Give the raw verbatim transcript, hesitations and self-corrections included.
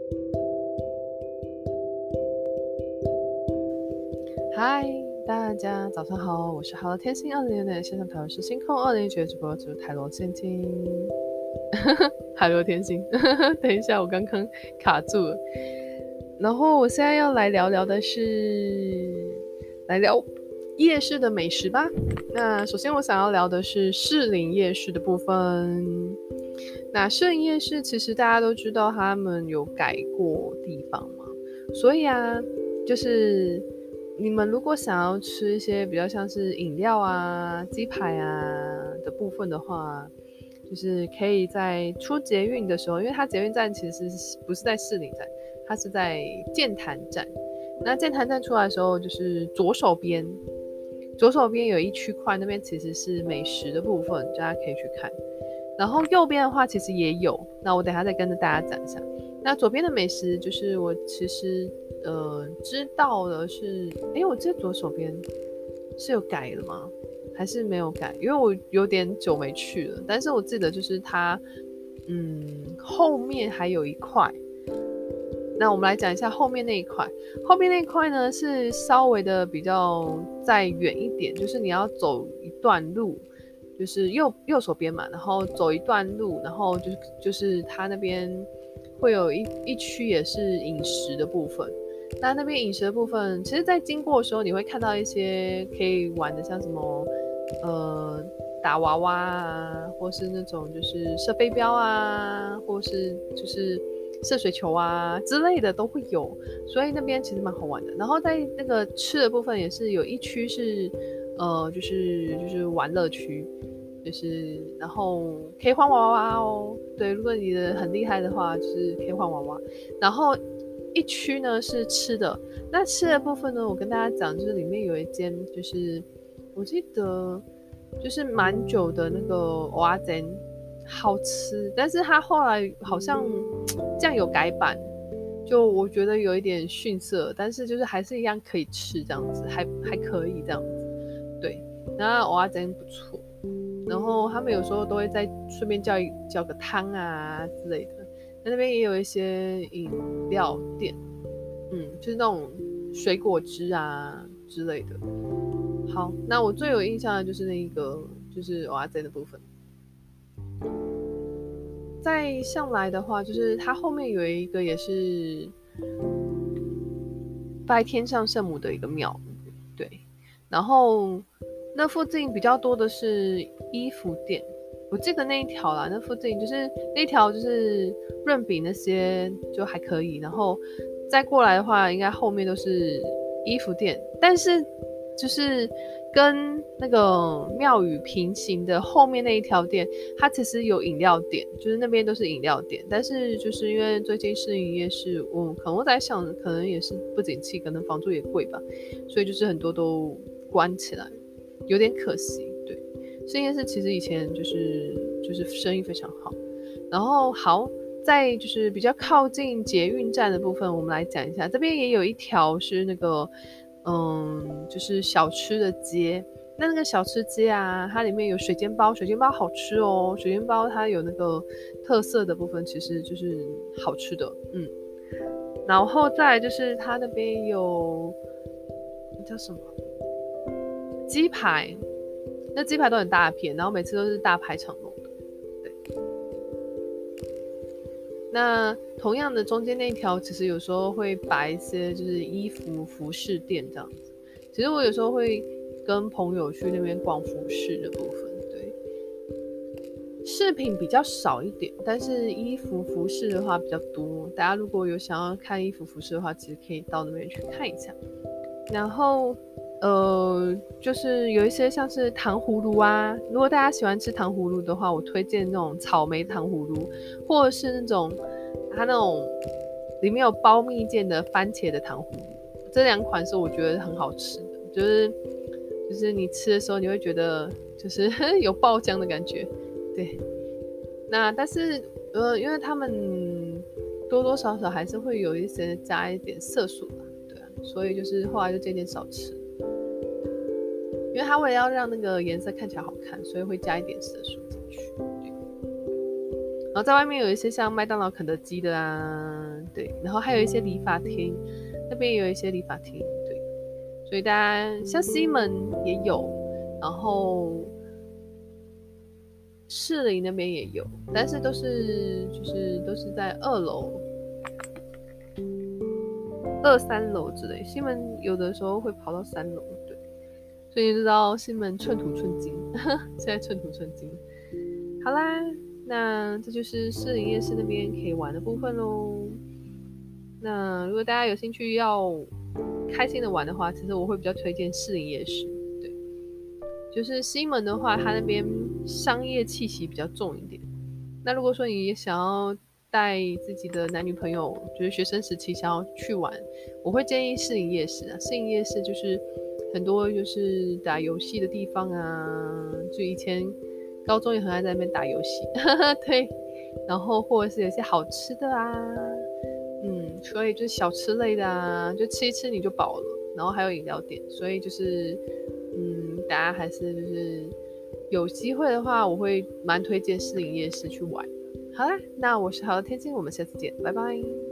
嗨，大家早上好，我是好了天星二零的线上讨论师星空二零一直播主台罗仙金，海螺天星。等一下，我刚刚卡住了。然后我现在要来聊聊的是，来聊夜市的美食吧。那首先我想要聊的是士林夜市的部分。那士林夜市其实大家都知道他们有改过地方嘛，所以啊，就是你们如果想要吃一些比较像是饮料啊、鸡排啊的部分的话，就是可以在出捷运的时候，因为它捷运站其实不是在士林站，它是在剑潭站。那剑潭站出来的时候，就是左手边，左手边有一区块，那边其实是美食的部分，大家可以去看。然后右边的话其实也有，那我等一下再跟着大家讲一下。那左边的美食就是我其实呃知道的是，诶，我这左手边是有改了吗？还是没有改？因为我有点久没去了，但是我记得就是它，嗯，后面还有一块。那我们来讲一下后面那一块。后面那一块呢是稍微的比较再远一点，就是你要走一段路，就是右右手边嘛，然后走一段路，然后就就是它那边会有一一区也是饮食的部分。那那边饮食的部分，其实在经过的时候，你会看到一些可以玩的，像什么呃打娃娃啊，或是那种就是射飞镖啊，或是就是射水球啊之类的都会有，所以那边其实蛮好玩的。然后在那个吃的部分也是有一区是呃就是就是玩乐区，就是然后可以换娃娃哦。对，如果你的很厉害的话，就是可以换娃娃。然后一区呢是吃的，那吃的部分呢，我跟大家讲，就是里面有一间，就是我记得就是蛮久的那个蚵仔煎，好吃，但是它后来好像酱油改版，就我觉得有一点逊色，但是就是还是一样可以吃这样子，还还可以这样子。对，然后蚵仔煎不错，然后他们有时候都会再顺便叫一叫个汤啊之类的。那边也有一些饮料店，嗯，就是那种水果汁啊之类的。好，那我最有印象的就是那个，就是蚵仔煎的部分。再上来的话，就是它后面有一个也是拜天上圣母的一个庙，对。然后那附近比较多的是衣服店，我记得那一条啦，那附近就是那条就是润饼那些就还可以，然后再过来的话，应该后面都是衣服店，但是就是跟那个庙宇平行的后面那一条店，它其实有饮料店，就是那边都是饮料店，但是就是因为最近试营业是，我可能我在想，可能也是不景气，可能房租也贵吧，所以就是很多都关起来，有点可惜。对，试营业是其实以前就是就是生意非常好，然后好。在就是比较靠近捷运站的部分，我们来讲一下，这边也有一条是那个嗯，就是小吃的街。那那个小吃街啊，它里面有水煎包，水煎包好吃哦。水煎包它有那个特色的部分，其实就是好吃的，嗯。然后再来就是它那边有叫什么鸡排，那鸡排都很大片，然后每次都是大排长龙的，对。那同样的中间那一条，其实有时候会摆一些就是衣服服饰店这样子。其实我有时候会跟朋友去那边逛服饰的部分，对，饰品比较少一点，但是衣服服饰的话比较多。大家如果有想要看衣服服饰的话，其实可以到那边去看一下。然后呃，就是有一些像是糖葫芦啊，如果大家喜欢吃糖葫芦的话，我推荐那种草莓糖葫芦，或者是那种它那种里面有包蜜饯的番茄的糖葫芦，这两款是我觉得很好吃的，就是就是你吃的时候你会觉得就是有爆浆的感觉，对。那但是呃，因为他们多多少少还是会有一些加一点色素吧，对啊，所以就是后来就渐渐少吃，因为它为了要让那个颜色看起来好看，所以会加一点色素进去。 然后在外面有一些像麦当劳、肯德基的啊，对，然后还有一些理发厅，那边也有一些理发厅，对，所以大家像西门也有，然后士林那边也有，但是都是就是都是在二楼、二三楼之类，西门有的时候会跑到三楼，对，所以你知道西门寸土寸金，现在寸土寸金。好啦，那这就是士林夜市那边可以玩的部分咯。那如果大家有兴趣要开心的玩的话，其实我会比较推荐士林夜市。对，就是西门的话，它那边商业气息比较重一点。那如果说你想要带自己的男女朋友，就是学生时期想要去玩，我会建议士林夜市啊。士林夜市就是很多就是打游戏的地方啊，就以前高中也很爱在那边打游戏，对，然后或者是有些好吃的啊，嗯，所以就是小吃类的啊，就吃一吃你就饱了，然后还有饮料店，所以就是嗯，大家还是就是有机会的话，我会蛮推荐士林夜市去玩。好啦，那我是好的天心，我们下次见，拜拜。